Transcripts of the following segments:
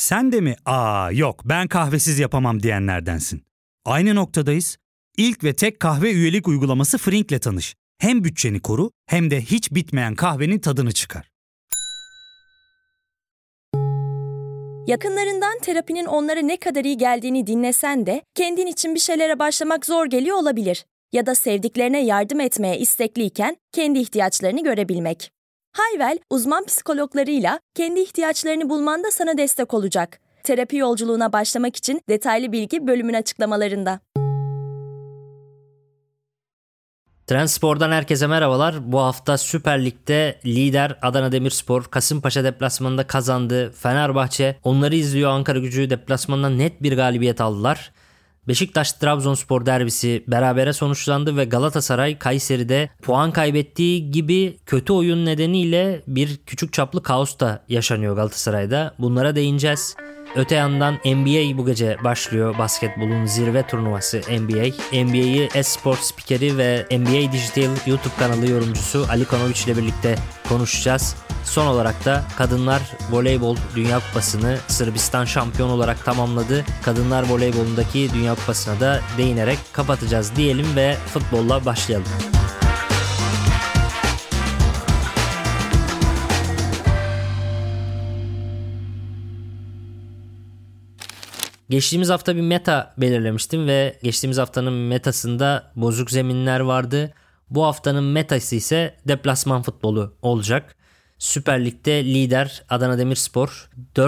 Sen de mi yok ben kahvesiz yapamam diyenlerdensin? Aynı noktadayız. İlk ve tek kahve üyelik uygulaması Frink'le tanış. Hem bütçeni koru hem de hiç bitmeyen kahvenin tadını çıkar. Yakınlarından terapinin onlara ne kadar iyi geldiğini dinlesen de kendin için bir şeylere başlamak zor geliyor olabilir. Ya da sevdiklerine yardım etmeye istekliyken kendi ihtiyaçlarını görebilmek. Hayvel, uzman psikologlarıyla kendi ihtiyaçlarını bulmanda sana destek olacak. Terapi yolculuğuna başlamak için detaylı bilgi bölümün açıklamalarında. Trendspor'dan herkese merhabalar. Bu hafta Süper Lig'de lider Adana Demirspor Kasımpaşa deplasmanında kazandı. Fenerbahçe onları izliyor. Ankaragücü deplasmanından net bir galibiyet aldılar. Beşiktaş-Trabzonspor derbisi berabere sonuçlandı ve Galatasaray Kayseri'de puan kaybettiği gibi kötü oyun nedeniyle bir küçük çaplı kaos da yaşanıyor Galatasaray'da. Bunlara değineceğiz. Öte yandan NBA bu gece başlıyor. Basketbolun zirve turnuvası NBA. NBA'yi esport spikeri ve NBA Digital YouTube kanalı yorumcusu Ali Konovic ile birlikte konuşacağız. Son olarak da Kadınlar Voleybol Dünya Kupası'nı Sırbistan şampiyon olarak tamamladı. Kadınlar voleybolundaki Dünya Kupası'na da değinerek kapatacağız diyelim ve futbolla başlayalım. Geçtiğimiz hafta bir meta belirlemiştim ve geçtiğimiz haftanın metasında bozuk zeminler vardı. Bu haftanın metası ise deplasman futbolu olacak. Süper Lig'de lider Adana Demirspor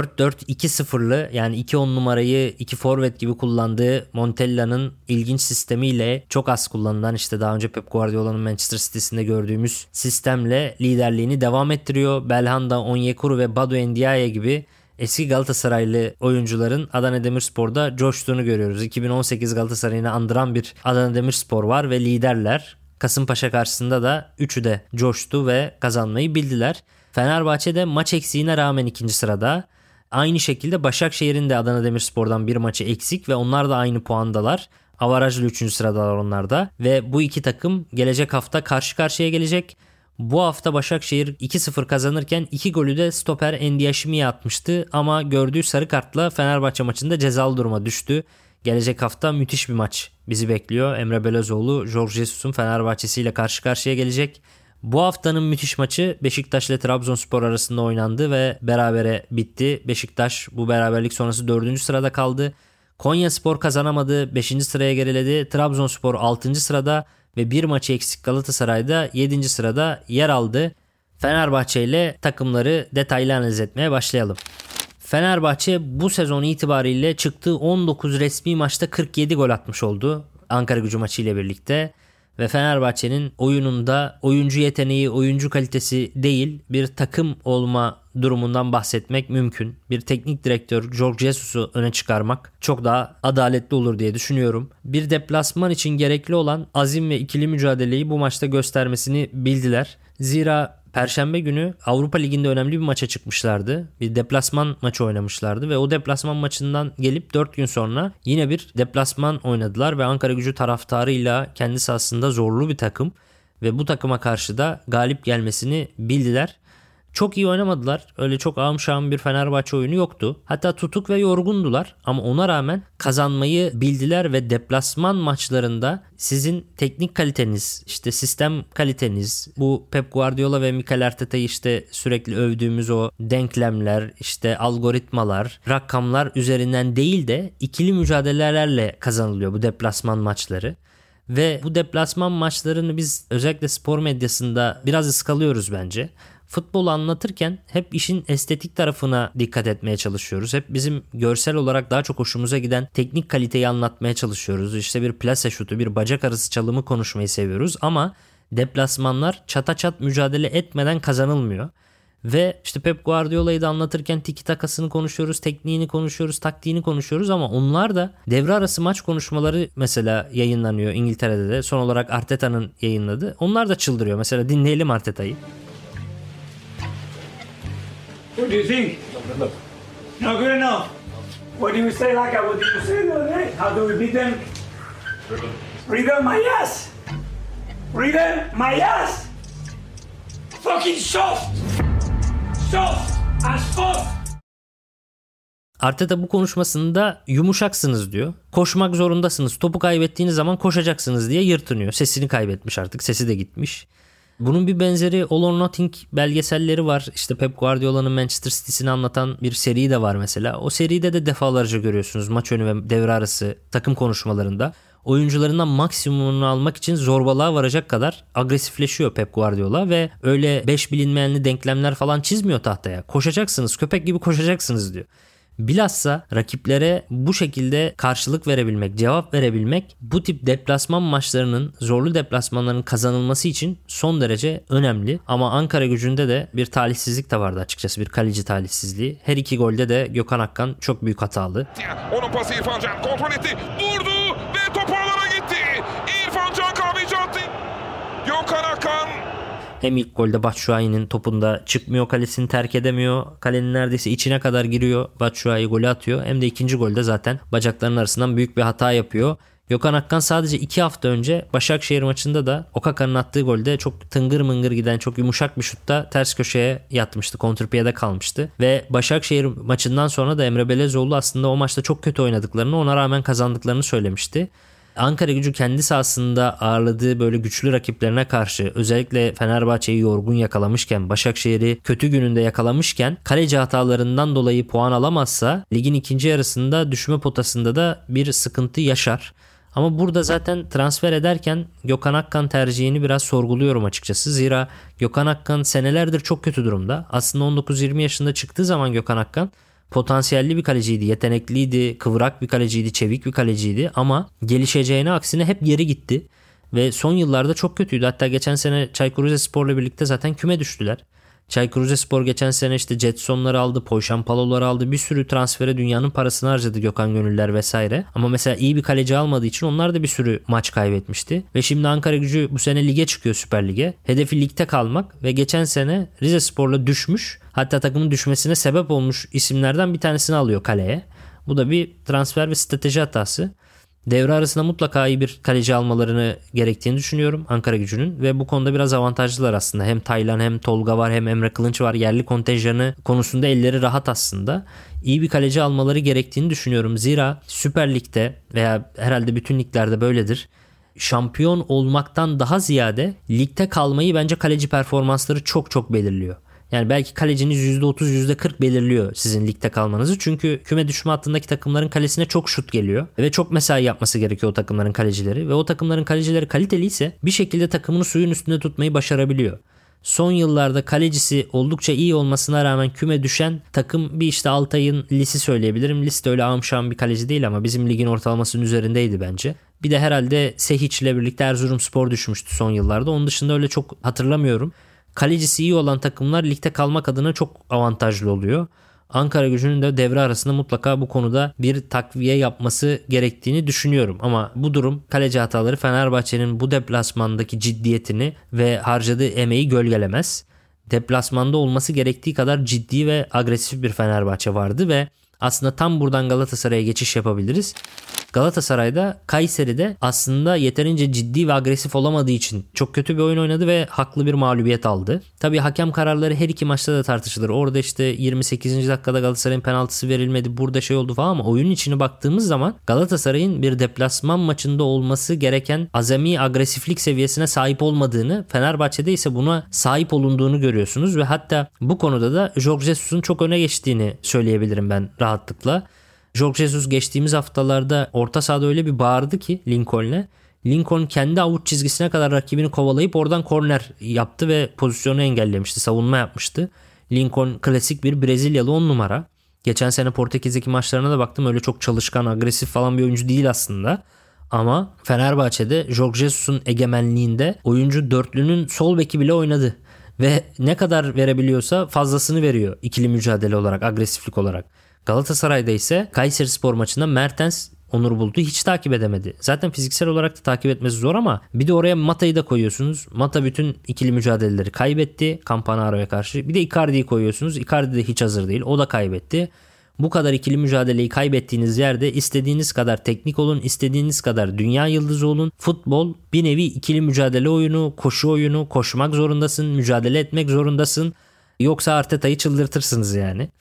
4-4-2-0'lı yani 2-10 numarayı 2 forvet gibi kullandığı Montella'nın ilginç sistemiyle çok az kullanılan işte daha önce Pep Guardiola'nın Manchester City'sinde gördüğümüz sistemle liderliğini devam ettiriyor. Belhanda, Onyekuru ve Badu Ndiaye gibi eski Galatasaraylı oyuncuların Adana Demirspor'da coştuğunu görüyoruz. 2018 Galatasaray'ını andıran bir Adana Demirspor var ve liderler. Kasımpaşa karşısında da üçü de coştu ve kazanmayı bildiler. Fenerbahçe de maç eksiğine rağmen ikinci sırada. Aynı şekilde Başakşehir'in de Adana Demirspor'dan bir maçı eksik ve onlar da aynı puandalar. Avarajlı 3. sıradalar onlar da. Ve bu iki takım gelecek hafta karşı karşıya gelecek. Bu hafta Başakşehir 2-0 kazanırken 2 golü de stoper Endiaşimi'ye atmıştı. Ama gördüğü sarı kartla Fenerbahçe maçında cezalı duruma düştü. Gelecek hafta müthiş bir maç bizi bekliyor. Emre Belözoğlu, Jorge Jesus'un Fenerbahçesiyle karşı karşıya gelecek. Bu haftanın müthiş maçı Beşiktaş ile Trabzonspor arasında oynandı ve berabere bitti. Beşiktaş bu beraberlik sonrası 4. sırada kaldı. Konyaspor kazanamadı, 5. sıraya geriledi. Trabzonspor 6. sırada ve bir maçı eksik Galatasaray'da 7. sırada yer aldı. Fenerbahçe ile takımları detaylı analiz etmeye başlayalım. Fenerbahçe bu sezon itibariyle çıktığı 19 resmi maçta 47 gol atmış oldu Ankaragücü maçı ile birlikte. Ve Fenerbahçe'nin oyununda oyuncu yeteneği, oyuncu kalitesi değil bir takım olma durumundan bahsetmek mümkün. Bir teknik direktör Jorge Jesus'u öne çıkarmak çok daha adaletli olur diye düşünüyorum. Bir deplasman için gerekli olan azim ve ikili mücadeleyi bu maçta göstermesini bildiler. Zira Perşembe günü Avrupa Ligi'nde önemli bir maça çıkmışlardı. Bir deplasman maçı oynamışlardı ve o deplasman maçından gelip 4 gün sonra yine bir deplasman oynadılar ve Ankaragücü taraftarıyla kendisi aslında zorlu bir takım ve bu takıma karşı da galip gelmesini bildiler. Çok iyi oynamadılar. Öyle çok ağım şağım bir Fenerbahçe oyunu yoktu. Hatta tutuk ve yorgundular ama ona rağmen kazanmayı bildiler ve deplasman maçlarında sizin teknik kaliteniz, işte sistem kaliteniz, bu Pep Guardiola ve Mikel Arteta'yı işte sürekli övdüğümüz o denklemler, işte algoritmalar, rakamlar üzerinden değil de ikili mücadelelerle kazanılıyor bu deplasman maçları. Ve bu deplasman maçlarını biz özellikle spor medyasında biraz ıskalıyoruz bence. Futbolu anlatırken hep işin estetik tarafına dikkat etmeye çalışıyoruz. Hep bizim görsel olarak daha çok hoşumuza giden teknik kaliteyi anlatmaya çalışıyoruz. İşte bir plase şutu, bir bacak arası çalımı konuşmayı seviyoruz ama deplasmanlar çata çat mücadele etmeden kazanılmıyor. Ve işte Pep Guardiola'yı da anlatırken tiki takasını konuşuyoruz, tekniğini konuşuyoruz, taktiğini konuşuyoruz ama onlar da devre arası maç konuşmaları mesela yayınlanıyor İngiltere'de de. Son olarak Arteta'nın yayınladığı. Onlar da çıldırıyor. Mesela dinleyelim Arteta'yı. What do you think? Not good enough. What do you say like what did you say the other day? How do we beat them? Rhythm my ass. Rhythm my ass. Fucking soft. Soft as fuck. Arteta bu konuşmasında yumuşaksınız diyor. Koşmak zorundasınız. Topu kaybettiğiniz zaman koşacaksınız diye yırtınıyor. Sesini kaybetmiş artık. Sesi de gitmiş. Bunun bir benzeri All or Nothing belgeselleri var. İşte Pep Guardiola'nın Manchester City'sini anlatan bir seri de var mesela. O seride de defalarca görüyorsunuz maç önü ve devre arası takım konuşmalarında. Oyuncularından maksimumunu almak için zorbalığa varacak kadar agresifleşiyor Pep Guardiola ve öyle 5 bilinmeyenli denklemler falan çizmiyor tahtaya. Koşacaksınız, köpek gibi koşacaksınız diyor. Bilhassa rakiplere bu şekilde karşılık verebilmek, cevap verebilmek bu tip deplasman maçlarının, zorlu deplasmanların kazanılması için son derece önemli. Ama Ankaragücü'nde de bir talihsizlik de vardı açıkçası, bir kaleci talihsizliği. Her iki golde de Gökhan Akkan çok büyük hatalı. Onun pası İrfan Can kontrol etti, vurdu ve top ağlara gitti. İrfan Can kahveci attı. Gökhan Akkan. Hem ilk golde Batshuayi'nin topunda çıkmıyor, kalesini terk edemiyor. Kalenin neredeyse içine kadar giriyor. Batshuayi golü atıyor. Hem de ikinci golde zaten bacaklarının arasından büyük bir hata yapıyor. Gökhan Akkan sadece 2 hafta önce Başakşehir maçında da Okaka'nın attığı golde çok tıngır mıngır giden çok yumuşak bir şutta ters köşeye yatmıştı. Kontrpiyede kalmıştı. Ve Başakşehir maçından sonra da Emre Belezoğlu aslında o maçta çok kötü oynadıklarını, ona rağmen kazandıklarını söylemişti. Ankaragücü kendi sahasında ağırladığı böyle güçlü rakiplerine karşı, özellikle Fenerbahçe'yi yorgun yakalamışken, Başakşehir'i kötü gününde yakalamışken kaleci hatalarından dolayı puan alamazsa ligin ikinci yarısında düşme potasında da bir sıkıntı yaşar. Ama burada zaten transfer ederken Gökhan Akkan tercihini biraz sorguluyorum açıkçası. Zira Gökhan Akkan senelerdir çok kötü durumda. Aslında 19-20 yaşında çıktığı zaman Gökhan Akkan potansiyelli bir kaleciydi, yetenekliydi, kıvrak bir kaleciydi, çevik bir kaleciydi ama gelişeceğine aksine hep geri gitti ve son yıllarda çok kötüydü. Hatta geçen sene Çaykur Rizespor'la birlikte zaten küme düştüler. Çaykur Rizespor geçen sene işte Jetson'ları aldı, Poyşampalo'ları aldı, bir sürü transfere dünyanın parasını harcadı Gökhan Gönüller vesaire. Ama mesela iyi bir kaleci almadığı için onlar da bir sürü maç kaybetmişti. Ve şimdi Ankaragücü bu sene lige çıkıyor, Süper Lig'e. Hedefi ligde kalmak ve geçen sene Rizespor'la düşmüş, hatta takımın düşmesine sebep olmuş isimlerden bir tanesini alıyor kaleye. Bu da bir transfer ve strateji hatası. Devre arasında mutlaka iyi bir kaleci almalarını gerektiğini düşünüyorum Ankaragücü'nün ve bu konuda biraz avantajlılar aslında. Hem Taylan hem Tolga var hem Emre Kılınç var. Yerli kontenjanı konusunda elleri rahat aslında. İyi bir kaleci almaları gerektiğini düşünüyorum. Zira Süper Lig'de veya herhalde bütün liglerde böyledir. Şampiyon olmaktan daha ziyade ligde kalmayı bence kaleci performansları çok çok belirliyor. Yani belki kaleciniz %30, %40 belirliyor sizin ligde kalmanızı. Çünkü küme düşme hattındaki takımların kalesine çok şut geliyor. Ve çok mesai yapması gerekiyor o takımların kalecileri. Ve o takımların kalecileri kaliteliyse bir şekilde takımını suyun üstünde tutmayı başarabiliyor. Son yıllarda kalecisi oldukça iyi olmasına rağmen küme düşen takım bir işte Altay'ın Lis'i söyleyebilirim. Lis de öyle amşan bir kaleci değil ama bizim ligin ortalamasının üzerindeydi bence. Bir de herhalde Sehiç ile birlikte Erzurumspor düşmüştü son yıllarda. Onun dışında öyle çok hatırlamıyorum. Kalecisi iyi olan takımlar ligde kalmak adına çok avantajlı oluyor. Ankaragücü'nün de devre arasında mutlaka bu konuda bir takviye yapması gerektiğini düşünüyorum. Ama bu durum kaleci hataları Fenerbahçe'nin bu deplasmandaki ciddiyetini ve harcadığı emeği gölgelemez. Deplasmanda olması gerektiği kadar ciddi ve agresif bir Fenerbahçe vardı ve aslında tam buradan Galatasaray'a geçiş yapabiliriz. Galatasaray'da Kayseri'de aslında yeterince ciddi ve agresif olamadığı için çok kötü bir oyun oynadı ve haklı bir mağlubiyet aldı. Tabii hakem kararları her iki maçta da tartışılır. Orada işte 28. dakikada Galatasaray'ın penaltısı verilmedi, burada şey oldu falan ama oyunun içine baktığımız zaman Galatasaray'ın bir deplasman maçında olması gereken azami agresiflik seviyesine sahip olmadığını, Fenerbahçe'de ise buna sahip olunduğunu görüyorsunuz ve hatta bu konuda da Jorge Jesus'un çok öne geçtiğini söyleyebilirim ben rahatlıkla. Jorge Jesus geçtiğimiz haftalarda orta sahada öyle bir bağırdı ki Lincoln'le. Lincoln kendi avuç çizgisine kadar rakibini kovalayıp oradan korner yaptı ve pozisyonu engellemişti. Savunma yapmıştı. Lincoln klasik bir Brezilyalı 10 numara. Geçen sene Portekiz'deki maçlarına da baktım, öyle çok çalışkan, agresif falan bir oyuncu değil aslında. Ama Fenerbahçe'de Jorge Jesus'un egemenliğinde oyuncu dörtlünün sol beki bile oynadı. Ve ne kadar verebiliyorsa fazlasını veriyor ikili mücadele olarak, agresiflik olarak. Galatasaray'da ise Kayserispor maçında Mertens Onur Bulut'u hiç takip edemedi. Zaten fiziksel olarak da takip etmesi zor ama bir de oraya Mata'yı da koyuyorsunuz. Mata bütün ikili mücadeleleri kaybetti Campanaro'ya karşı. Bir de Icardi'yi koyuyorsunuz. Icardi de hiç hazır değil. O da kaybetti. Bu kadar ikili mücadeleyi kaybettiğiniz yerde istediğiniz kadar teknik olun, istediğiniz kadar dünya yıldızı olun. Futbol bir nevi ikili mücadele oyunu, koşu oyunu. Koşmak zorundasın, mücadele etmek zorundasın. Yoksa Arteta'yı çıldırtırsınız yani.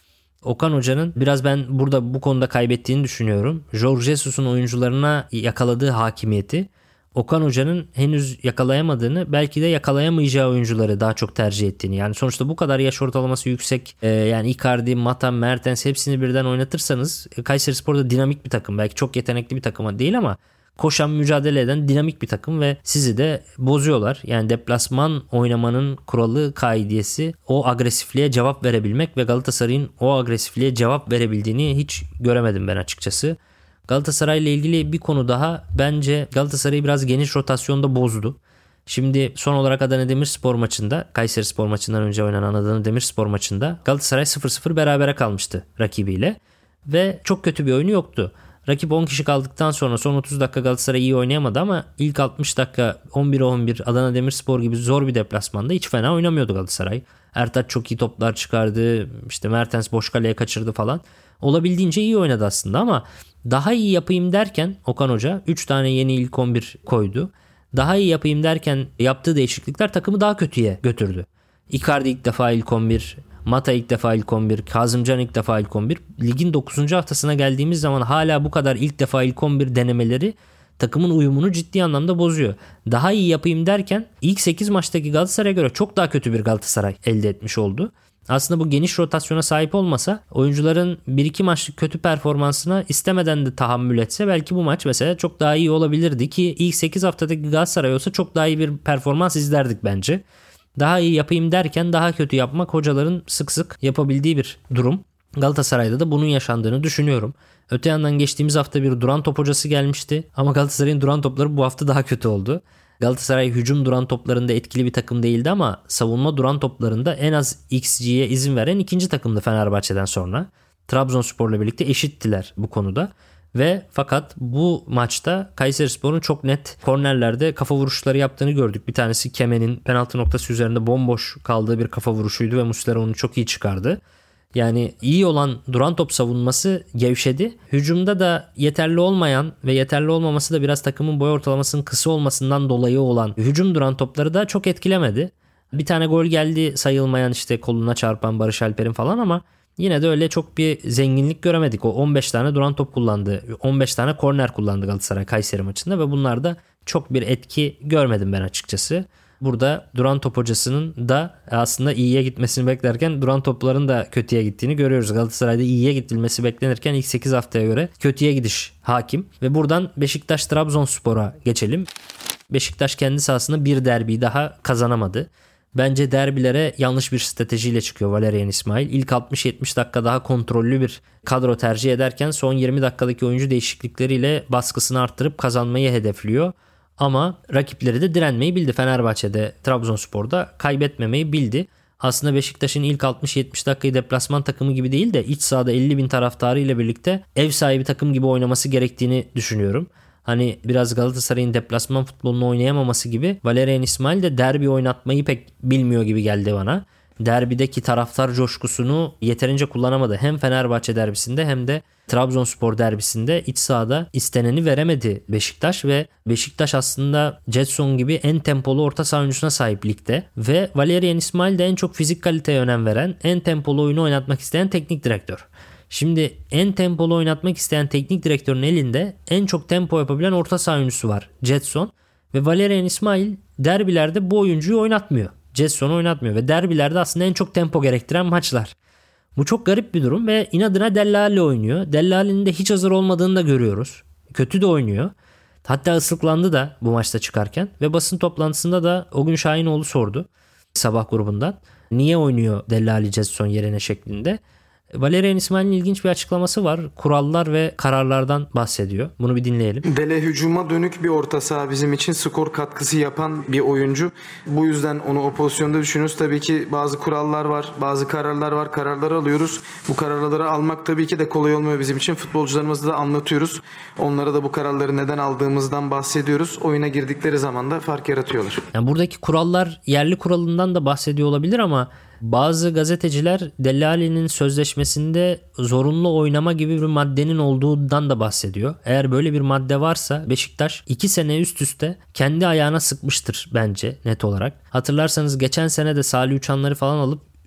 Okan Hoca'nın biraz ben burada bu konuda kaybettiğini düşünüyorum. Jorge Jesus'un oyuncularına yakaladığı hakimiyeti, Okan Hoca'nın henüz yakalayamadığını, belki de yakalayamayacağı oyuncuları daha çok tercih ettiğini. Yani sonuçta bu kadar yaş ortalaması yüksek, yani Icardi, Mata, Mertens hepsini birden oynatırsanız Kayserispor da dinamik bir takım. Belki çok yetenekli bir takım değil ama koşan, mücadele eden dinamik bir takım ve sizi de bozuyorlar. Yani deplasman oynamanın kuralı, kaidesi o agresifliğe cevap verebilmek ve Galatasaray'ın o agresifliğe cevap verebildiğini hiç göremedim ben açıkçası. Galatasaray ile ilgili bir konu daha, bence Galatasaray'ı biraz geniş rotasyonda bozdu. Şimdi son olarak Adana Demirspor maçında, Kayserispor maçından önce oynanan Adana Demirspor maçında Galatasaray 0-0 berabere kalmıştı rakibiyle ve çok kötü bir oyunu yoktu. Rakip 10 kişi kaldıktan sonra son 30 dakika Galatasaray iyi oynayamadı ama ilk 60 dakika 11-11 Adana Demirspor gibi zor bir deplasmanda hiç fena oynamıyordu Galatasaray. Ertaç çok iyi toplar çıkardı, işte Mertens boş kaleye kaçırdı falan. Olabildiğince iyi oynadı aslında ama daha iyi yapayım derken Okan Hoca 3 tane yeni ilk 11 koydu. Daha iyi yapayım derken yaptığı değişiklikler takımı daha kötüye götürdü. Icardi ilk defa ilk 11, Mata ilk defa ilk 11, Kazımcan ilk defa ilk 11. Ligin 9. haftasına geldiğimiz zaman hala bu kadar ilk defa ilk 11 denemeleri takımın uyumunu ciddi anlamda bozuyor. Daha iyi yapayım derken ilk 8 maçtaki Galatasaray'a göre çok daha kötü bir Galatasaray elde etmiş oldu. Aslında bu geniş rotasyona sahip olmasa, oyuncuların 1-2 maçlık kötü performansına istemeden de tahammül etse belki bu maç mesela çok daha iyi olabilirdi ki ilk 8 haftadaki Galatasaray olsa çok daha iyi bir performans izlerdik bence. Daha iyi yapayım derken daha kötü yapmak hocaların sık sık yapabildiği bir durum. Galatasaray'da da bunun yaşandığını düşünüyorum. Öte yandan geçtiğimiz hafta bir duran top hocası gelmişti ama Galatasaray'ın duran topları bu hafta daha kötü oldu. Galatasaray hücum duran toplarında etkili bir takım değildi ama savunma duran toplarında en az XG'ye izin veren ikinci takımdı Fenerbahçe'den sonra. Trabzonspor'la birlikte eşittiler bu konuda. Ve fakat bu maçta Kayserispor'un çok net kornerlerde kafa vuruşları yaptığını gördük. Bir tanesi Kemen'in penaltı noktası üzerinde bomboş kaldığı bir kafa vuruşuydu ve Muslera onu çok iyi çıkardı. Yani iyi olan duran top savunması gevşedi. Hücumda da yeterli olmayan ve yeterli olmaması da biraz takımın boy ortalamasının kısa olmasından dolayı olan hücum duran topları da çok etkilemedi. Bir tane gol geldi sayılmayan, işte koluna çarpan Barış Alper'in falan, ama yine de öyle çok bir zenginlik göremedik. O 15 tane duran top kullandı. 15 tane korner kullandı Galatasaray Kayseri maçında ve bunlarda çok bir etki görmedim ben açıkçası. Burada duran top hocasının da aslında iyiye gitmesini beklerken duran topların da kötüye gittiğini görüyoruz. Galatasaray'da iyiye gidilmesi beklenirken ilk 8 haftaya göre kötüye gidiş hakim. Ve buradan Beşiktaş-Trabzonspor'a geçelim. Beşiktaş kendi sahasında bir derbiyi daha kazanamadı. Bence derbilere yanlış bir stratejiyle çıkıyor Valerian İsmail. İlk 60-70 dakika daha kontrollü bir kadro tercih ederken son 20 dakikadaki oyuncu değişiklikleriyle baskısını arttırıp kazanmayı hedefliyor. Ama rakipleri de direnmeyi bildi. Fenerbahçe'de, Trabzonspor'da kaybetmemeyi bildi. Aslında Beşiktaş'ın ilk 60-70 dakikayı deplasman takımı gibi değil de iç sahada 50.000 taraftarı ile birlikte ev sahibi takım gibi oynaması gerektiğini düşünüyorum. Hani biraz Galatasaray'ın deplasman futbolunu oynayamaması gibi Valerian İsmail de derbi oynatmayı pek bilmiyor gibi geldi bana. Derbideki taraftar coşkusunu yeterince kullanamadı. Hem Fenerbahçe derbisinde hem de Trabzonspor derbisinde iç sahada isteneni veremedi Beşiktaş ve Beşiktaş aslında Jetson gibi en tempolu orta saha oyuncusuna sahip ligde ve Valerian İsmail de en çok fizik kaliteye önem veren, en tempolu oyunu oynatmak isteyen teknik direktör. Şimdi en tempolu oynatmak isteyen teknik direktörün elinde en çok tempo yapabilen orta saha oyuncusu var, Jetson, ve Valerian İsmail derbilerde bu oyuncuyu oynatmıyor. Jetson'u oynatmıyor ve derbilerde aslında en çok tempo gerektiren maçlar. Bu çok garip bir durum ve inadına Dellali oynuyor. Dellali'nin de hiç hazır olmadığını da görüyoruz. Kötü de oynuyor. Hatta ıslıklandı da bu maçta çıkarken ve basın toplantısında da o gün Şahinoğlu sordu Sabah grubundan. Niye oynuyor Dellali Jetson yerine şeklinde. Valerian İsmail'in ilginç bir açıklaması var. Kurallar ve kararlardan bahsediyor. Bunu bir dinleyelim. Dele hücuma dönük bir orta saha bizim için skor katkısı yapan bir oyuncu. Bu yüzden onu o pozisyonda düşünüyoruz. Tabii ki bazı kurallar var, bazı kararlar var. Kararları alıyoruz. Bu kararları almak tabii ki de kolay olmuyor bizim için. Futbolcularımızı da anlatıyoruz. Onlara da bu kararları neden aldığımızdan bahsediyoruz. Oyuna girdikleri zaman da fark yaratıyorlar. Yani buradaki kurallar yerli kuralından da bahsediyor olabilir ama bazı gazeteciler Dellali'nin sözleşmesinde zorunlu oynama gibi bir maddenin olduğundan da bahsediyor. Eğer böyle bir madde varsa Beşiktaş 2 sene üst üste kendi ayağına sıkmıştır bence net olarak. Hatırlarsanız geçen sene de Salih Uçanları falan alıp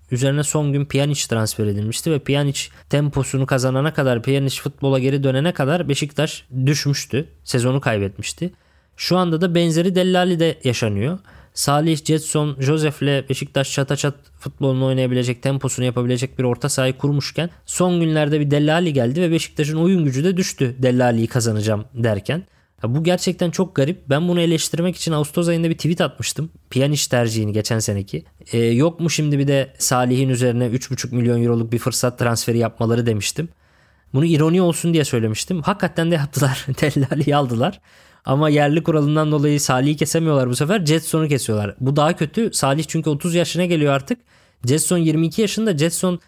Üzerine son gün Pjanic transfer edilmişti ve Pjanic temposunu kazanana kadar, Pjanic futbola geri dönene kadar Beşiktaş düşmüştü. Sezonu kaybetmişti. Şu anda da benzeri Dellali'de yaşanıyor. Salih, Gedson, Josef'le Beşiktaş çataçat futbolunu oynayabilecek, temposunu yapabilecek bir orta sahayı kurmuşken son günlerde bir Dellali geldi ve Beşiktaş'ın oyun gücü de düştü Dellali'yi kazanacağım derken. Bu gerçekten çok garip. Ben bunu eleştirmek için Ağustos ayında bir tweet atmıştım. Pjanic tercihini geçen seneki. Yok mu şimdi bir de Salih'in üzerine 3,5 milyon euroluk bir fırsat transferi yapmaları demiştim. Bunu ironi olsun diye söylemiştim. Hakikaten de yaptılar. Dellali'yi aldılar. Ama yerli kuralından dolayı Salih'i kesemiyorlar bu sefer. Gedson'u kesiyorlar. Bu daha kötü. Salih çünkü 30 yaşına geliyor artık. Gedson 22 yaşında. Gedson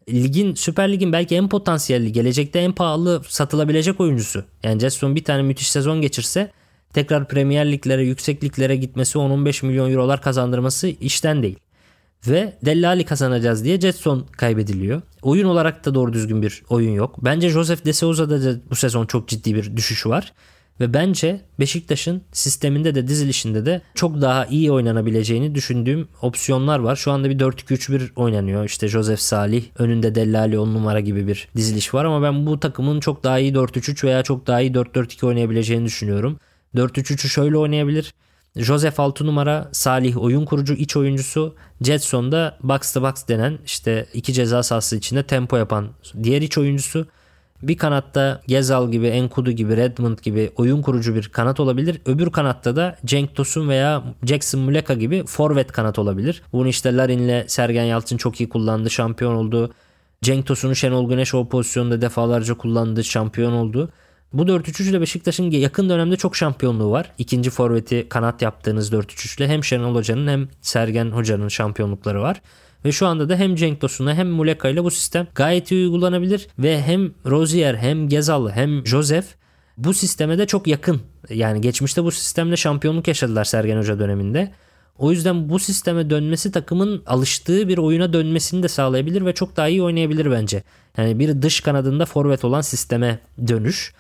Süper Lig'in belki en potansiyelli, gelecekte en pahalı satılabilecek oyuncusu. Yani Gedson bir tane müthiş sezon geçirse tekrar Premier Liglere, yüksek liglere gitmesi, 10-15 milyon eurolar kazandırması işten değil. Ve Dellali kazanacağız diye Gedson kaybediliyor. Oyun olarak da doğru düzgün bir oyun yok. Bence Josef de Souza'da da bu sezon çok ciddi bir düşüşü var. Ve bence Beşiktaş'ın sisteminde de dizilişinde de çok daha iyi oynanabileceğini düşündüğüm opsiyonlar var. Şu anda bir 4-2-3-1 oynanıyor. İşte Josef, Salih, önünde Dellali 10 numara gibi bir diziliş var. Ama ben bu takımın çok daha iyi 4-3-3 veya çok daha iyi 4-4-2 oynayabileceğini düşünüyorum. 4-3-3'ü şöyle oynayabilir. Josef 6 numara, Salih oyun kurucu, iç oyuncusu, Gedson da box to box denen işte iki ceza sahası içinde tempo yapan diğer iç oyuncusu. Bir kanatta Gezal gibi, Enkudu gibi, Redmond gibi oyun kurucu bir kanat olabilir. Öbür kanatta da Cenk Tosun veya Jackson Muleka gibi forvet kanat olabilir. Bunu işte Larin'le Sergen Yalçın çok iyi kullandı, şampiyon oldu. Cenk Tosun'u Şenol Güneş o pozisyonda defalarca kullandı, şampiyon oldu. Bu 4-3-3 ile Beşiktaş'ın yakın dönemde çok şampiyonluğu var. İkinci forveti kanat yaptığınız 4-3-3 ile hem Şenol Hoca'nın hem Sergen Hoca'nın şampiyonlukları var. Ve şu anda da hem Cenk Tosun'la hem Muleka ile bu sistem gayet iyi uygulanabilir. Ve hem Rozier hem Gezal hem Josef bu sisteme de çok yakın. Yani geçmişte bu sistemle şampiyonluk yaşadılar Sergen Hoca döneminde. O yüzden bu sisteme dönmesi takımın alıştığı bir oyuna dönmesini de sağlayabilir ve çok daha iyi oynayabilir bence. Yani bir dış kanadında forvet olan sisteme dönüş.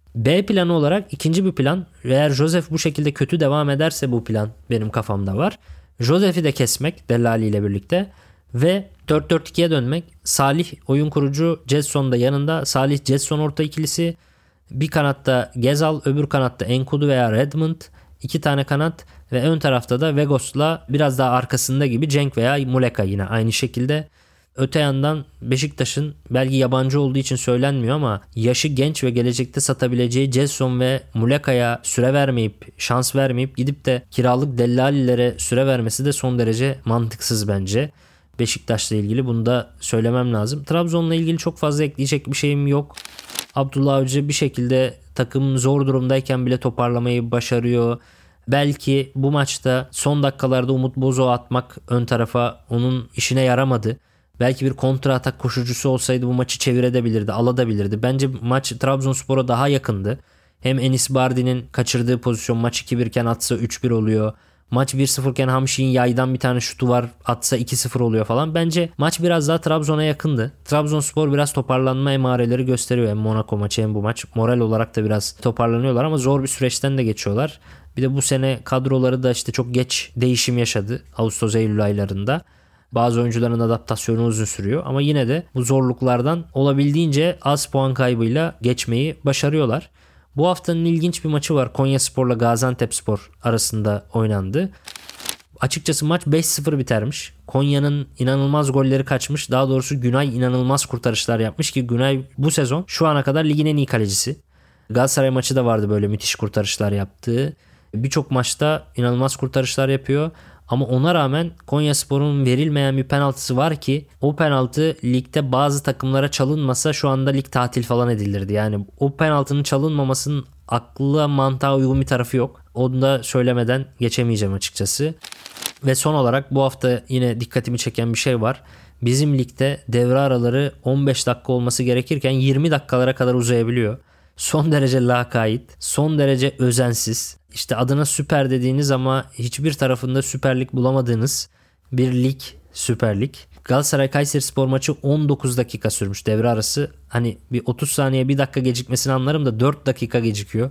B planı olarak ikinci bir plan, eğer Josef bu şekilde kötü devam ederse bu plan benim kafamda var. Josef'i de kesmek Dellali ile birlikte ve 4-4-2'ye dönmek. Salih oyun kurucu, Gedson da yanında. Salih Gedson orta ikilisi. Bir kanatta Gezal, öbür kanatta Enkudu veya Redmond. 2 tane kanat ve ön tarafta da Vegos'la biraz daha arkasında gibi Cenk veya Muleka yine aynı şekilde. Öte yandan Beşiktaş'ın belki yabancı olduğu için söylenmiyor ama yaşı genç ve gelecekte satabileceği Gedson ve Muleka'ya süre vermeyip, şans vermeyip gidip de kiralık Dellalilere süre vermesi de son derece mantıksız bence. Beşiktaş'la ilgili bunu da söylemem lazım. Trabzon'la ilgili çok fazla ekleyecek bir şeyim yok. Abdullah Avcı bir şekilde takım zor durumdayken bile toparlamayı başarıyor. Belki bu maçta son dakikalarda Umut Bozok'u atmak ön tarafa onun işine yaramadı. Belki bir kontra atak koşucusu olsaydı bu maçı çevirebilirdi, alabilirdi. Bence maç Trabzonspor'a daha yakındı. Hem Enis Bardi'nin kaçırdığı pozisyon maç 2-1 iken atsa 3-1 oluyor. Maç 1-0 iken Hamşik'in yaydan bir tane şutu var, atsa 2-0 oluyor falan. Bence maç biraz daha Trabzon'a yakındı. Trabzonspor biraz toparlanma emareleri gösteriyor. Hem Monaco maçı hem bu maç. Moral olarak da biraz toparlanıyorlar ama zor bir süreçten de geçiyorlar. Bir de bu sene kadroları da işte çok geç değişim yaşadı Ağustos-Eylül aylarında. Bazı oyuncuların adaptasyonu uzun sürüyor ama yine de bu zorluklardan olabildiğince az puan kaybıyla geçmeyi başarıyorlar. Bu haftanın ilginç bir maçı var. Konyaspor'la Gaziantepspor arasında oynandı. Açıkçası maç 5-0 bitermiş. Konya'nın inanılmaz golleri kaçmış. Daha doğrusu Günay inanılmaz kurtarışlar yapmış ki Günay bu sezon şu ana kadar ligin en iyi kalecisi. Galatasaray maçı da vardı böyle müthiş kurtarışlar yaptığı. Birçok maçta inanılmaz kurtarışlar yapıyor. Ama ona rağmen Konyaspor'un verilmeyen bir penaltısı var ki o penaltı ligde bazı takımlara çalınmasa şu anda lig tatil falan edilirdi. Yani o penaltının çalınmamasının akla mantığa uygun bir tarafı yok. Onu da söylemeden geçemeyeceğim açıkçası. Ve son olarak bu hafta yine dikkatimi çeken bir şey var. Bizim ligde devre araları 15 dakika olması gerekirken 20 dakikalara kadar uzayabiliyor. Son derece lakayt, son derece özensiz. İşte adına süper dediğiniz ama hiçbir tarafında süperlik bulamadığınız bir lig, Süper Lig. Galatasaray Kayserispor maçı 19 dakika sürmüş devre arası. Hani bir 30 saniye 1 dakika gecikmesini anlarım da 4 dakika gecikiyor.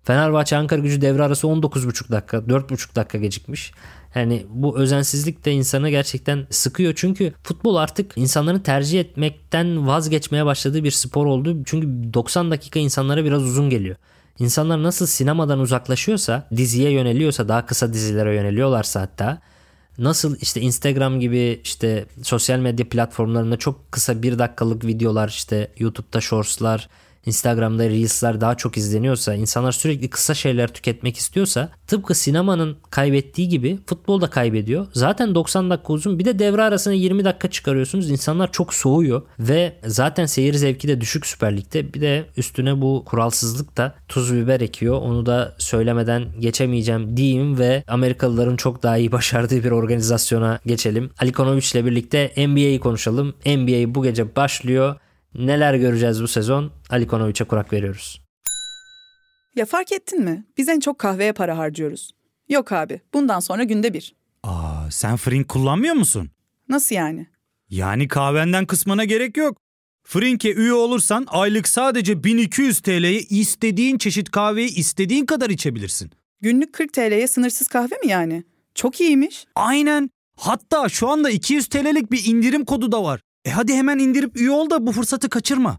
Fenerbahçe Ankaragücü devre arası 19,5 dakika, 4,5 dakika gecikmiş. Yani bu özensizlik de insanı gerçekten sıkıyor. Çünkü futbol artık insanların tercih etmekten vazgeçmeye başladığı bir spor oldu. Çünkü 90 dakika insanlara biraz uzun geliyor. İnsanlar nasıl sinemadan uzaklaşıyorsa, diziye yöneliyorsa, daha kısa dizilere yöneliyorlarsa hatta, nasıl işte Instagram gibi işte sosyal medya platformlarında çok kısa 1 dakikalık videolar, işte YouTube'da Shorts'lar, Instagram'da Reels'lar daha çok izleniyorsa, insanlar sürekli kısa şeyler tüketmek istiyorsa, tıpkı sinemanın kaybettiği gibi futbol da kaybediyor. Zaten 90 dakika uzun, bir de devre arasına 20 dakika çıkarıyorsunuz. İnsanlar çok soğuyor ve zaten seyir zevki de düşük Süper Lig'de. Bir de üstüne bu kuralsızlık da tuz biber ekiyor. Onu da söylemeden geçemeyeceğim diyeyim ve Amerikalıların çok daha iyi başardığı bir organizasyona geçelim. Ali Konovic ile birlikte NBA'yi konuşalım. NBA bu gece başlıyor. Neler göreceğiz bu sezon? Ali Konovic'e kurak veriyoruz. Ya fark ettin mi? Biz en çok kahveye para harcıyoruz. Yok abi, bundan sonra günde 1. Sen Frink kullanmıyor musun? Nasıl yani? Yani kahvenden kısmına gerek yok. Frink'e üye olursan aylık sadece 1200 TL'ye istediğin çeşit kahveyi istediğin kadar içebilirsin. Günlük 40 TL'ye sınırsız kahve mi yani? Çok iyiymiş. Aynen. Hatta şu anda 200 TL'lik bir indirim kodu da var. Hadi hemen indirip üye ol da bu fırsatı kaçırma.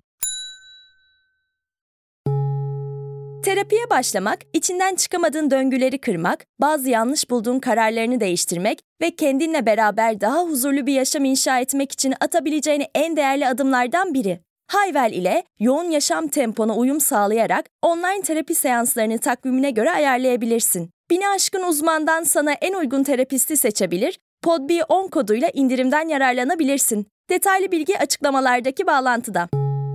Terapiye başlamak, içinden çıkamadığın döngüleri kırmak, bazı yanlış bulduğun kararlarını değiştirmek ve kendinle beraber daha huzurlu bir yaşam inşa etmek için atabileceğin en değerli adımlardan biri. Hayvel ile yoğun yaşam tempona uyum sağlayarak online terapi seanslarını takvimine göre ayarlayabilirsin. 1000'i aşkın uzmandan sana en uygun terapisti seçebilir, PodB10 koduyla indirimden yararlanabilirsin. Detaylı bilgi açıklamalardaki bağlantıda.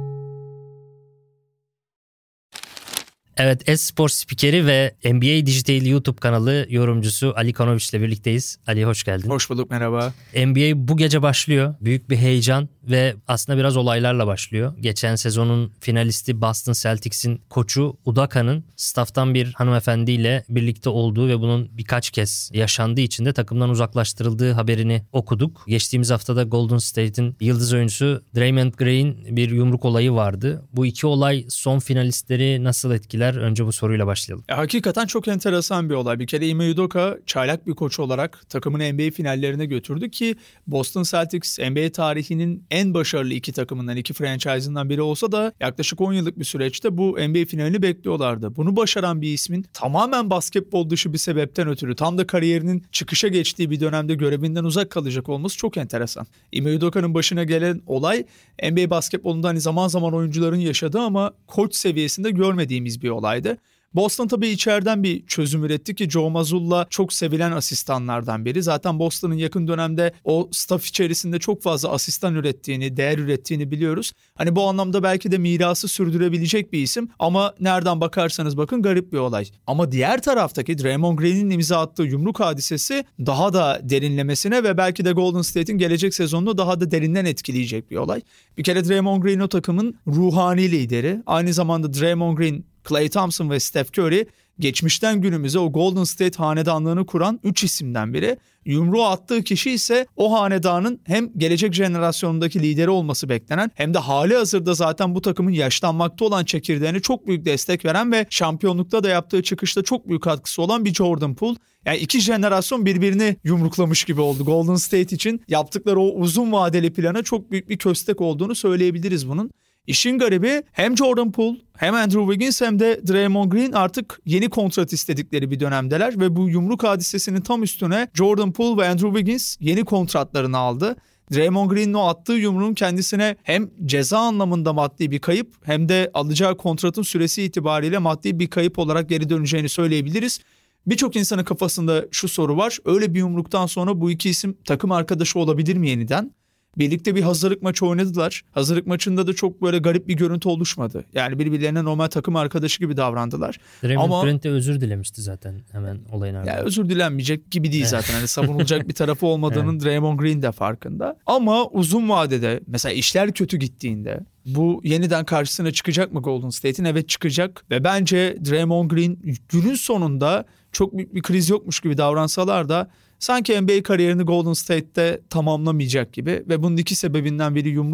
Evet, Espor spikeri ve NBA Dijital YouTube kanalı yorumcusu Ali Konovic ile birlikteyiz. Ali, hoş geldin. Hoş bulduk, merhaba. NBA bu gece başlıyor. Büyük bir heyecan ve aslında biraz olaylarla başlıyor. Geçen sezonun finalisti Boston Celtics'in koçu Udaka'nın stafftan bir hanımefendiyle birlikte olduğu ve bunun birkaç kez yaşandığı için de takımdan uzaklaştırıldığı haberini okuduk. Geçtiğimiz haftada Golden State'in yıldız oyuncusu Draymond Green bir yumruk olayı vardı. Bu iki olay son finalistleri nasıl etkiler? Önce bu soruyla başlayalım. Hakikaten çok enteresan bir olay. Bir kere Ime Udoka çaylak bir koç olarak takımını NBA finallerine götürdü ki Boston Celtics NBA tarihinin en başarılı iki takımından, iki franchise'ından biri olsa da yaklaşık 10 yıllık bir süreçte bu NBA finalini bekliyorlardı. Bunu başaran bir ismin tamamen basketbol dışı bir sebepten ötürü tam da kariyerinin çıkışa geçtiği bir dönemde görevinden uzak kalacak olması çok enteresan. Ime Udoka'nın başına gelen olay NBA basketbolunda hani zaman zaman oyuncuların yaşadığı ama koç seviyesinde görmediğimiz bir olaydı. Boston tabii içeriden bir çözüm üretti ki Joe Mazzulla çok sevilen asistanlardan biri. Zaten Boston'ın yakın dönemde o staff içerisinde çok fazla asistan ürettiğini, değer ürettiğini biliyoruz. Hani bu anlamda belki de mirası sürdürebilecek bir isim ama nereden bakarsanız bakın garip bir olay. Ama diğer taraftaki Draymond Green'in imza attığı yumruk hadisesi daha da derinlemesine ve belki de Golden State'in gelecek sezonunu daha da derinden etkileyecek bir olay. Bir kere Draymond Green o takımın ruhani lideri. Aynı zamanda Draymond Green, Klay Thompson ve Steph Curry geçmişten günümüze o Golden State hanedanlığını kuran 3 isimden biri. Yumruğu attığı kişi ise o hanedanın hem gelecek jenerasyonundaki lideri olması beklenen hem de hali hazırda zaten bu takımın yaşlanmakta olan çekirdeğine çok büyük destek veren ve şampiyonlukta da yaptığı çıkışta çok büyük katkısı olan bir Jordan Poole. Yani iki jenerasyon birbirini yumruklamış gibi oldu. Golden State için yaptıkları o uzun vadeli plana çok büyük bir köstek olduğunu söyleyebiliriz bunun. İşin garibi hem Jordan Poole hem Andrew Wiggins hem de Draymond Green artık yeni kontrat istedikleri bir dönemdeler ve bu yumruk hadisesinin tam üstüne Jordan Poole ve Andrew Wiggins yeni kontratlarını aldı. Draymond Green'in o attığı yumruğun kendisine hem ceza anlamında maddi bir kayıp hem de alacağı kontratın süresi itibariyle maddi bir kayıp olarak geri döneceğini söyleyebiliriz. Birçok insanın kafasında şu soru var. Öyle bir yumruktan sonra bu iki isim takım arkadaşı olabilir mi yeniden? Birlikte bir hazırlık maçı oynadılar. Hazırlık maçında da çok böyle garip bir görüntü oluşmadı. Yani birbirlerine normal takım arkadaşı gibi davrandılar. Draymond Green de özür dilemişti zaten hemen olayın ardından. Yani özür dilenmeyecek gibi değil zaten. Hani savunulacak bir tarafı olmadığının evet. Draymond Green de farkında. Ama uzun vadede mesela işler kötü gittiğinde bu yeniden karşısına çıkacak mı Golden State'in? Evet, çıkacak. Ve bence Draymond Green günün sonunda çok büyük bir kriz yokmuş gibi davransalar da sanki NBA kariyerini Golden State'te tamamlamayacak gibi ve bunun iki sebebinden biri yumruk,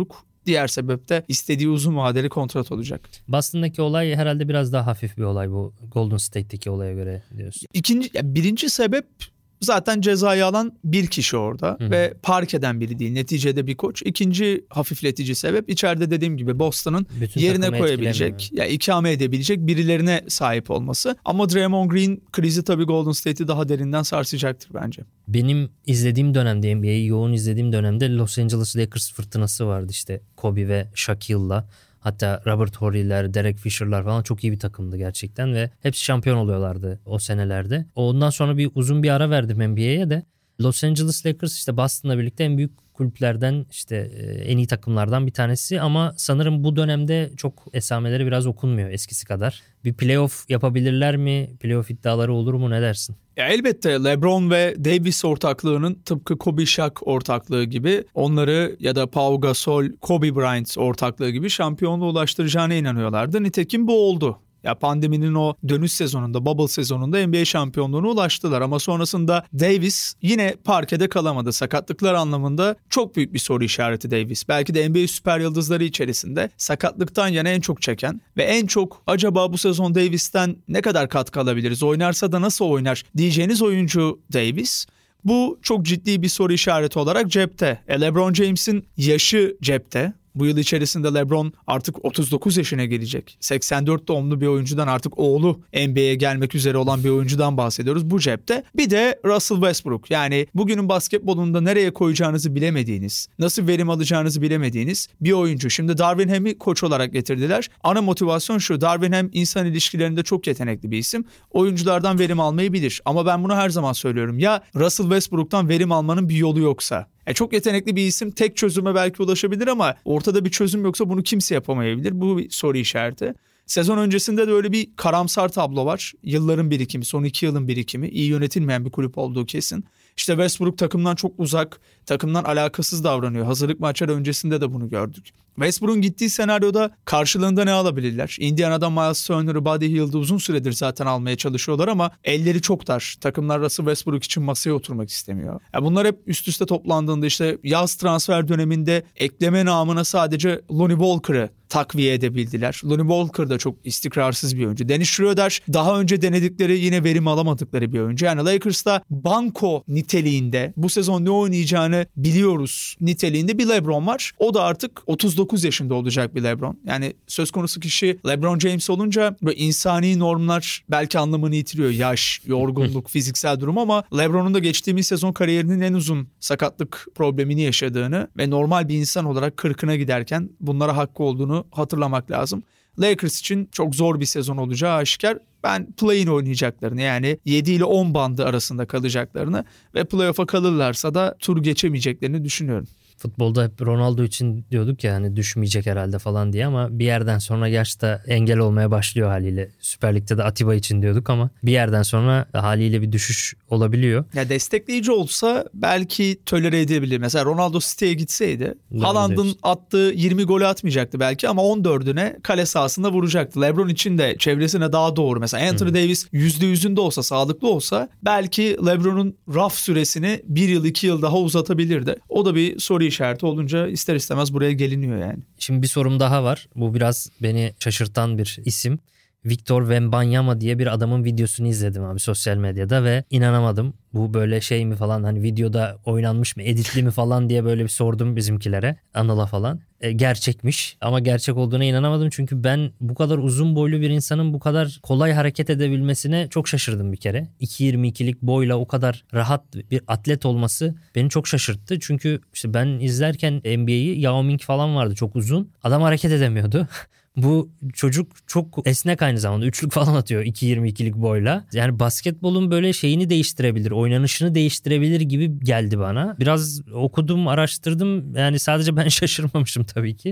Diğer sebep de istediği uzun vadeli kontrat olacak. Boston'daki olay herhalde biraz daha hafif bir olay bu Golden State'teki olaya göre diyorsun. Birinci sebep zaten cezayı alan bir kişi orada ve park eden biri değil. Neticede bir koç. İkinci hafifletici sebep içeride dediğim gibi Boston'ın Bütün yerine takımı koyabilecek, ikame edebilecek birilerine sahip olması. Ama Draymond Green krizi tabii Golden State'i daha derinden sarsacaktır bence. Benim izlediğim dönemde, NBA'yi yoğun izlediğim dönemde Los Angeles Lakers fırtınası vardı işte Kobe ve Shaquille'la. Hatta Robert Horry'ler, Derek Fisher'lar falan çok iyi bir takımdı gerçekten ve hepsi şampiyon oluyorlardı o senelerde. Ondan sonra uzun bir ara verdim NBA'ye de. Los Angeles Lakers işte Boston'la birlikte en büyük kulüplerden, işte en iyi takımlardan bir tanesi ama sanırım bu dönemde çok esameleri biraz okunmuyor eskisi kadar. Bir playoff yapabilirler mi? Playoff iddiaları olur mu? Ne dersin? Elbette LeBron ve Davis ortaklığının tıpkı Kobe-Shaq ortaklığı gibi onları ya da Pau Gasol, Kobe Bryant ortaklığı gibi şampiyonluğa ulaştıracağına inanıyorlardı. Nitekim bu oldu. Ya pandeminin o dönüş sezonunda, bubble sezonunda NBA şampiyonluğuna ulaştılar ama sonrasında Davis yine parkede kalamadı. Sakatlıklar anlamında çok büyük bir soru işareti Davis. Belki de NBA süper yıldızları içerisinde sakatlıktan yana en çok çeken ve en çok acaba bu sezon Davis'ten ne kadar katkı alabiliriz, oynarsa da nasıl oynar diyeceğiniz oyuncu Davis. Bu çok ciddi bir soru işareti olarak cepte. LeBron James'in yaşı cepte. Bu yıl içerisinde LeBron artık 39 yaşına gelecek. 84 doğumlu bir oyuncudan, artık oğlu NBA'ye gelmek üzere olan bir oyuncudan bahsediyoruz bu cepte. Bir de Russell Westbrook, yani bugünün basketbolunda nereye koyacağınızı bilemediğiniz, nasıl verim alacağınızı bilemediğiniz bir oyuncu. Şimdi Darvin Ham'i koç olarak getirdiler. Ana motivasyon şu: Darvin Ham insan ilişkilerinde çok yetenekli bir isim. Oyunculardan verim almayı bilir. Ama ben bunu her zaman söylüyorum. Ya Russell Westbrook'tan verim almanın bir yolu yoksa? Çok yetenekli bir isim tek çözüme belki ulaşabilir ama ortada bir çözüm yoksa bunu kimse yapamayabilir. Bu bir soru işareti. Sezon öncesinde de öyle bir karamsar tablo var. Yılların birikimi, son 2 yılın birikimi. İyi yönetilmeyen bir kulüp olduğu kesin. İşte Westbrook takımdan çok uzak, takımdan alakasız davranıyor. Hazırlık maçları öncesinde de bunu gördük. Westbrook'un gittiği senaryoda karşılığında ne alabilirler? Indiana'dan Miles Turner'ı, Buddy Hield'ı uzun süredir zaten almaya çalışıyorlar ama elleri çok dar. Takımlar Russell Westbrook için masaya oturmak istemiyor. Bunlar hep üst üste toplandığında işte yaz transfer döneminde ekleme namına sadece Lonnie Walker'ı takviye edebildiler. Lonnie Walker da çok istikrarsız bir oyuncu. Dennis Schroeder daha önce denedikleri, yine verim alamadıkları bir oyuncu. Yani Lakers'ta banko niteliğinde, bu sezon ne oynayacağını biliyoruz niteliğinde bir LeBron var. O da artık 39 yaşında olacak bir LeBron. Yani söz konusu kişi LeBron James olunca böyle insani normlar belki anlamını yitiriyor. Yaş, yorgunluk, fiziksel durum ama LeBron'un da geçtiğimiz sezon kariyerinin en uzun sakatlık problemini yaşadığını ve normal bir insan olarak 40'ına giderken bunlara hakkı olduğunu hatırlamak lazım. Lakers için çok zor bir sezon olacağı aşikar. Ben play-in oynayacaklarını, yani 7 ile 10 bandı arasında kalacaklarını ve playoff'a kalırlarsa da tur geçemeyeceklerini düşünüyorum. Futbolda hep Ronaldo için diyorduk ya hani düşmeyecek herhalde falan diye ama bir yerden sonra yaşta engel olmaya başlıyor haliyle. Süper Lig'de de Atiba için diyorduk ama bir yerden sonra haliyle bir düşüş olabiliyor. Ya destekleyici olsa belki tolere edebilir. Mesela Ronaldo City'ye gitseydi Haaland'ın attığı 20 golü atmayacaktı belki ama 14'üne kale sahasında vuracaktı. LeBron için de çevresine daha doğru. Mesela Anthony Davis %100'ünde olsa, sağlıklı olsa belki LeBron'un raf süresini 1 yıl 2 yıl daha uzatabilirdi. O da bir soru işareti olunca ister istemez buraya geliniyor yani. Şimdi bir sorum daha var. Bu biraz beni şaşırtan bir isim. Victor Wembanyama diye bir adamın videosunu izledim abi sosyal medyada ve inanamadım. Bu böyle şey mi falan, hani videoda oynanmış mı, editli mi falan diye böyle bir sordum bizimkilere, Anıl'a falan. Gerçekmiş ama gerçek olduğuna inanamadım çünkü ben bu kadar uzun boylu bir insanın bu kadar kolay hareket edebilmesine çok şaşırdım bir kere. 2.22'lik boyla o kadar rahat bir atlet olması beni çok şaşırttı. Çünkü işte ben izlerken NBA'yi, Yao Ming falan vardı çok uzun. Adam hareket edemiyordu. Bu çocuk çok esnek, aynı zamanda üçlük falan atıyor 2.22'lik boyla. Yani basketbolun böyle şeyini değiştirebilir, oynanışını değiştirebilir gibi geldi bana. Biraz okudum, araştırdım. Yani sadece ben şaşırmamışım tabii ki.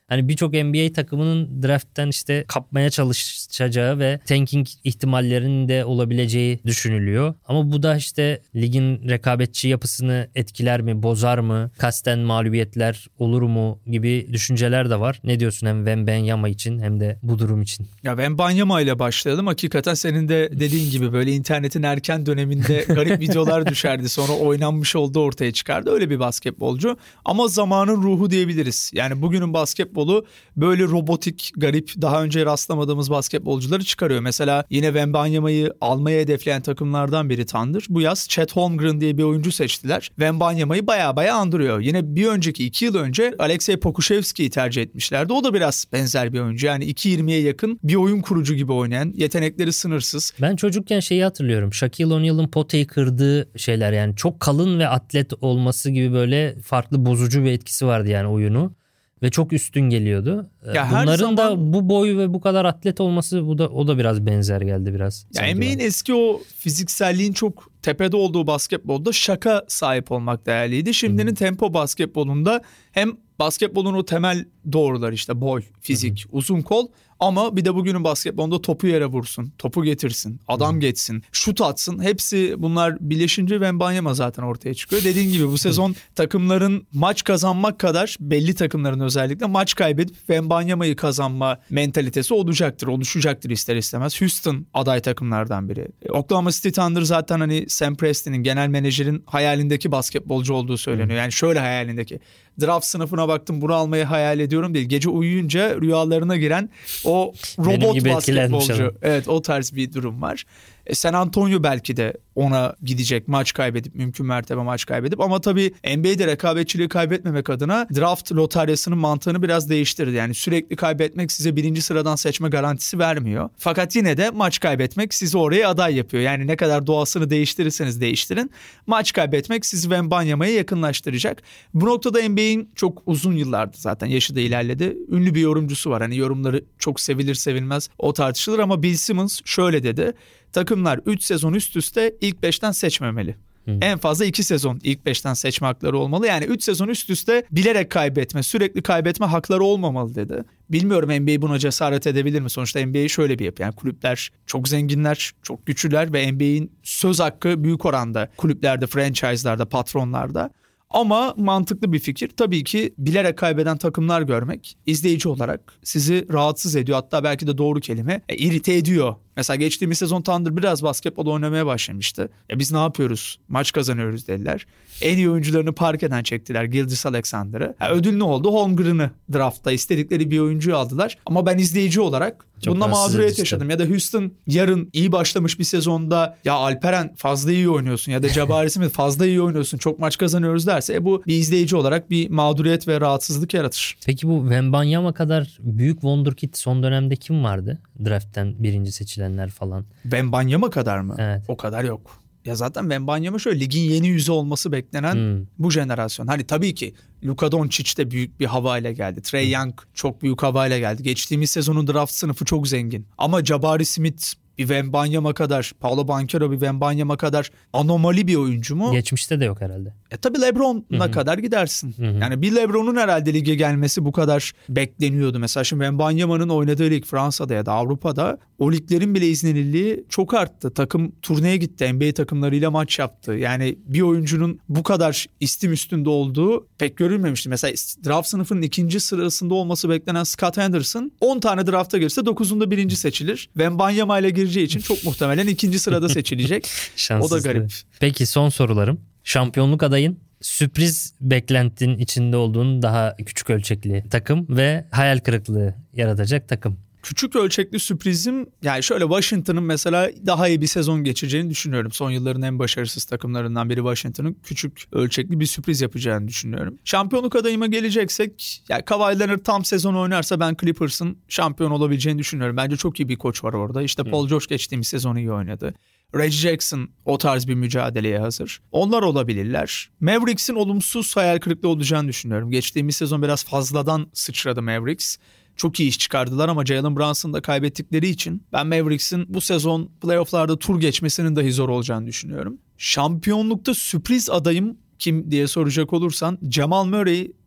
hani birçok NBA takımının draft'ten işte kapmaya çalışacağı ve tanking ihtimallerinin de olabileceği düşünülüyor. Ama bu da işte ligin rekabetçi yapısını etkiler mi, bozar mı, kasten mağlubiyetler olur mu gibi düşünceler de var. Ne diyorsun hem Wembanyama için hem de bu durum için? Ya Wembanyama ile başlayalım. Hakikaten senin de dediğin gibi böyle internetin erken döneminde garip videolar düşerdi. Sonra oynanmış olduğu ortaya çıkardı. Öyle bir basketbolcu. Ama zamanın ruhu diyebiliriz. Yani bugünün basketbolu böyle robotik, garip, daha önce rastlamadığımız basketbolcuları çıkarıyor. Mesela yine Wembanyama'yı almaya hedefleyen takımlardan biri Thunder. Bu yaz Chet Holmgren diye bir oyuncu seçtiler. Wembanyama'yı baya andırıyor. Yine bir önceki 2 yıl önce Aleksej Pokusevski'yi tercih etmişlerdi. O da biraz benzer bir oyuncu. Yani 2.20'ye yakın bir oyun kurucu gibi oynayan, yetenekleri sınırsız. Ben çocukken şeyi hatırlıyorum. Shaquille O'Neal'ın potayı kırdığı şeyler, yani çok kalın ve atlet olması gibi böyle farklı bozucu bir etkisi vardı yani oyunu. Ve çok üstün geliyordu. Ya bunların da bu boy ve bu kadar atlet olması o da biraz benzer geldi biraz. Ya NBA'in eski o fizikselliğin çok tepede olduğu basketbolda şaka sahip olmak değerliydi. Şimdinin tempo basketbolunda hem basketbolun o temel doğrular işte boy, fizik, uzun kol, ama bir de bugünün basketbolunda topu yere vursun, topu getirsin, adam geçsin, şut atsın. Hepsi bunlar birleşince Wembanyama zaten ortaya çıkıyor. Dediğin gibi bu sezon takımların maç kazanmak kadar, belli takımların özellikle maç kaybedip Wembanyama'yı kazanma mentalitesi oluşacaktır ister istemez. Houston aday takımlardan biri. Oklahoma City Thunder zaten hani Sam Preston'in, genel menajerin hayalindeki basketbolcu olduğu söyleniyor. Yani şöyle hayalindeki. Draft sınıfına baktım, bunu almayı hayal ediyorum değil. Gece uyuyunca rüyalarına giren o robot basketbolcu. Evet, o tarz bir durum var. San Antonio belki de ona gidecek, maç kaybedip, mümkün mertebe maç kaybedip, ama tabii NBA'de rekabetçiliği kaybetmemek adına draft lotaryasının mantığını biraz değiştirdi. Yani sürekli kaybetmek size 1. sıradan seçme garantisi vermiyor. Fakat yine de maç kaybetmek sizi oraya aday yapıyor. Yani ne kadar doğasını değiştirirseniz değiştirin, maç kaybetmek sizi Wembanyama'ya yakınlaştıracak. Bu noktada NBA'in çok uzun yıllardır, zaten yaşı da ilerledi, ünlü bir yorumcusu var. Hani yorumları çok sevilir sevilmez o tartışılır, ama Bill Simmons şöyle dedi: takımlar 3 sezon üst üste ilk 5'ten seçmemeli. En fazla 2 sezon ilk 5'ten seçme hakları olmalı. Yani 3 sezon üst üste bilerek kaybetme, sürekli kaybetme hakları olmamalı dedi. Bilmiyorum NBA buna cesaret edebilir mi? Sonuçta NBA şöyle bir yapı. Yani kulüpler çok zenginler, çok güçlüler ve NBA'in söz hakkı büyük oranda kulüplerde, franchise'larda, patronlarda. Ama mantıklı bir fikir. Tabii ki bilerek kaybeden takımlar görmek izleyici olarak sizi rahatsız ediyor. Hatta belki de doğru kelime irite ediyor. Mesela geçtiğimiz sezon Thunder biraz basketbol oynamaya başlamıştı. Biz ne yapıyoruz? Maç kazanıyoruz dediler. En iyi oyuncularını parkeden çektiler, Gilgeous-Alexander'ı. Ödül ne oldu? Holmgren'ı draftta istedikleri bir oyuncuyu aldılar. Ama ben izleyici olarak bununla mağduriyet yaşadım. Ya da Houston yarın iyi başlamış bir sezonda, ya Alperen fazla iyi oynuyorsun ya da Jabari Smith fazla iyi oynuyorsun, çok maç kazanıyoruz derse bu bir izleyici olarak bir mağduriyet ve rahatsızlık yaratır. Peki bu Wembanyama kadar büyük wonderkid son dönemde kim vardı? Draft'ten birinci seçilenler falan. Wembanyama kadar mı? Evet. O kadar yok. Ya zaten Wembanyama şöyle ligin yeni yüzü olması beklenen bu jenerasyon. Hani tabii ki Luka Doncic de büyük bir havayla geldi. Trae Young çok büyük havayla geldi. Geçtiğimiz sezonun draft sınıfı çok zengin. Ama Jabari Smith bir Wembanyama kadar, Paolo Banchero bir Wembanyama kadar anomali bir oyuncu mu? Geçmişte de yok herhalde. Tabii LeBron'a kadar gidersin. Yani bir LeBron'un herhalde lige gelmesi bu kadar bekleniyordu. Mesela şimdi Wembanyama'nın oynadığı lig Fransa'da ya da Avrupa'da o liglerin bile izlenildiği çok arttı. Takım turneye gitti. NBA takımlarıyla maç yaptı. Yani bir oyuncunun bu kadar istim üstünde olduğu pek görülmemişti. Mesela draft sınıfının 2. sırasında olması beklenen Scott Henderson 10 tane drafta girse 9'unda 1. seçilir. Wembanyama ile gireceği için çok muhtemelen 2. sırada seçilecek. O da garip. Peki son sorularım. Şampiyonluk adayın, sürpriz beklentin içinde olduğun daha küçük ölçekli takım ve hayal kırıklığı yaratacak takım. Küçük ölçekli sürprizim, yani şöyle, Washington'ın mesela daha iyi bir sezon geçireceğini düşünüyorum. Son yılların en başarısız takımlarından biri Washington'ın küçük ölçekli bir sürpriz yapacağını düşünüyorum. Şampiyonluk adayıma geleceksek, yani Kawhi Leonard tam sezon oynarsa ben Clippers'ın şampiyon olabileceğini düşünüyorum. Bence çok iyi bir koç var orada. İşte Paul George geçtiğimiz sezonu iyi oynadı. Reggie Jackson o tarz bir mücadeleye hazır. Onlar olabilirler. Mavericks'in olumsuz hayal kırıklığı olacağını düşünüyorum. Geçtiğimiz sezon biraz fazladan sıçradı Mavericks. Çok iyi iş çıkardılar ama Jalen Brunson'ı da kaybettikleri için ben Mavericks'in bu sezon playoff'larda tur geçmesinin dahi zor olacağını düşünüyorum. Şampiyonlukta sürpriz adayım kim diye soracak olursan, Jamal Murray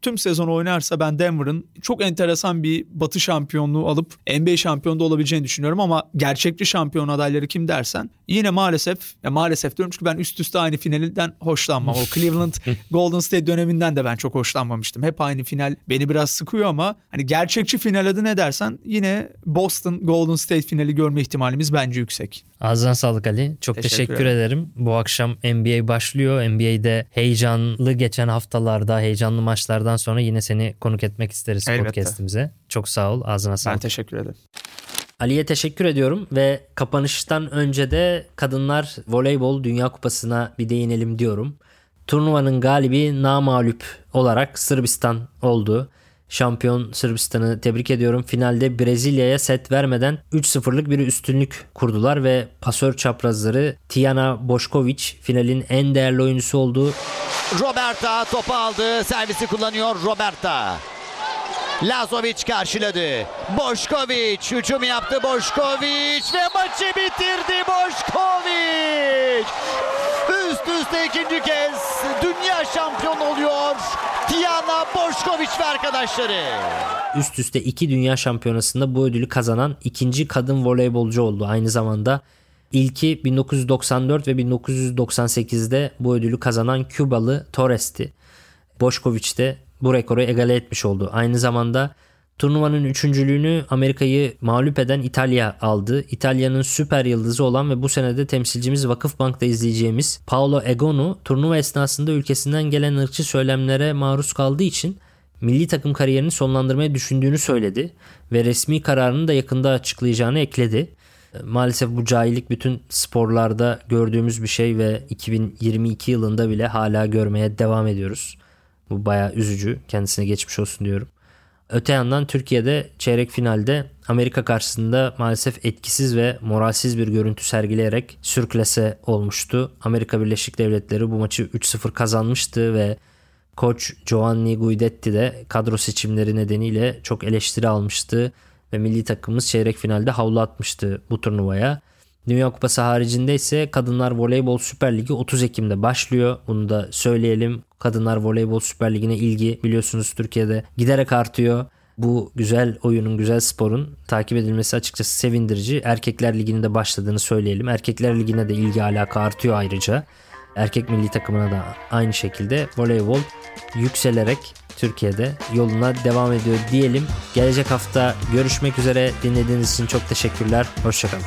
tüm sezon oynarsa ben Denver'ın çok enteresan bir Batı şampiyonluğu alıp NBA şampiyonu da olabileceğini düşünüyorum ama gerçekçi şampiyon adayları kim dersen yine maalesef diyorum çünkü ben üst üste aynı finalinden hoşlanmam. O Cleveland Golden State döneminden de ben çok hoşlanmamıştım. Hep aynı final beni biraz sıkıyor ama hani gerçekçi final adı ne dersen yine Boston Golden State finali görme ihtimalimiz bence yüksek. Ağzına sağlık Ali. Çok teşekkür ederim. Bu akşam NBA başlıyor. NBA'de heyecanlı geçen haftalarda, heyecanlı maçlardan sonra yine seni konuk etmek isteriz podcast'imize. Çok sağ ol. Ağzına sağlık. Ben teşekkür ederim. Ali'ye teşekkür ediyorum ve kapanıştan önce de Kadınlar Voleybol Dünya Kupası'na bir değinelim diyorum. Turnuvanın galibi namağlup olarak Sırbistan oldu. Şampiyon Sırbistan'ı tebrik ediyorum. Finalde Brezilya'ya set vermeden 3-0'lık bir üstünlük kurdular ve pasör çaprazları Tijana Bošković finalin en değerli oyuncusu oldu. Roberta topu aldı. Servisi kullanıyor Roberta. Lazović karşıladı. Bošković hücum yaptı. Bošković ve maçı bitirdi Bošković. Üst üste ikinci kez dünya şampiyonu oluyor Tijana Bošković ve arkadaşları. Üst üste 2 dünya şampiyonasında bu ödülü kazanan ikinci kadın voleybolcu oldu. Aynı zamanda ilki 1994 ve 1998'de bu ödülü kazanan Kübalı Torres'ti. Bošković de bu rekoru egale etmiş oldu. Aynı zamanda turnuvanın üçüncülüğünü Amerika'yı mağlup eden İtalya aldı. İtalya'nın süper yıldızı olan ve bu senede temsilcimiz Vakıfbank'ta izleyeceğimiz Paolo Egonu turnuva esnasında ülkesinden gelen ırkçı söylemlere maruz kaldığı için milli takım kariyerini sonlandırmayı düşündüğünü söyledi ve resmi kararını da yakında açıklayacağını ekledi. Maalesef bu cahillik bütün sporlarda gördüğümüz bir şey ve 2022 yılında bile hala görmeye devam ediyoruz. Bu bayağı üzücü. Kendisine geçmiş olsun diyorum. Öte yandan Türkiye'de çeyrek finalde Amerika karşısında maalesef etkisiz ve moralsiz bir görüntü sergileyerek sürklase olmuştu. Amerika Birleşik Devletleri bu maçı 3-0 kazanmıştı ve koç Giovanni Guidetti de kadro seçimleri nedeniyle çok eleştiri almıştı ve milli takımımız çeyrek finalde havlu atmıştı bu turnuvaya. Dünya Kupası haricinde ise Kadınlar Voleybol Süper Ligi 30 Ekim'de başlıyor. Bunu da söyleyelim. Kadınlar Voleybol Süper Ligi'ne ilgi biliyorsunuz Türkiye'de giderek artıyor. Bu güzel oyunun, güzel sporun takip edilmesi açıkçası sevindirici. Erkekler Ligi'nin de başladığını söyleyelim. Erkekler Ligi'ne de ilgi alaka artıyor ayrıca. Erkek milli takımına da aynı şekilde voleybol yükselerek Türkiye'de yoluna devam ediyor diyelim. Gelecek hafta görüşmek üzere. Dinlediğiniz için çok teşekkürler. Hoşçakalın.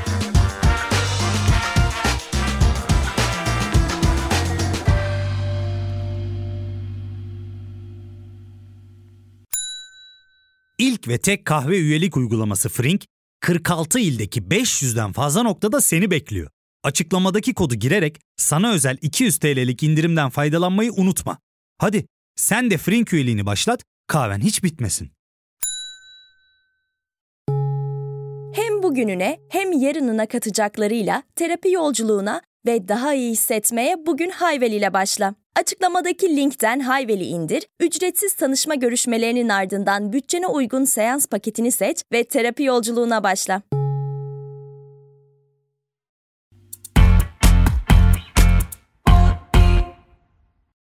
İlk ve tek kahve üyelik uygulaması Frink, 46 ildeki 500'den fazla noktada seni bekliyor. Açıklamadaki kodu girerek sana özel 200 TL'lik indirimden faydalanmayı unutma. Hadi sen de Frink üyeliğini başlat, kahven hiç bitmesin. Hem bugününe hem yarınına katacaklarıyla terapi yolculuğuna ve daha iyi hissetmeye bugün Hayvel ile başla. Açıklamadaki linkten Hayvel'i indir, ücretsiz tanışma görüşmelerinin ardından bütçene uygun seans paketini seç ve terapi yolculuğuna başla.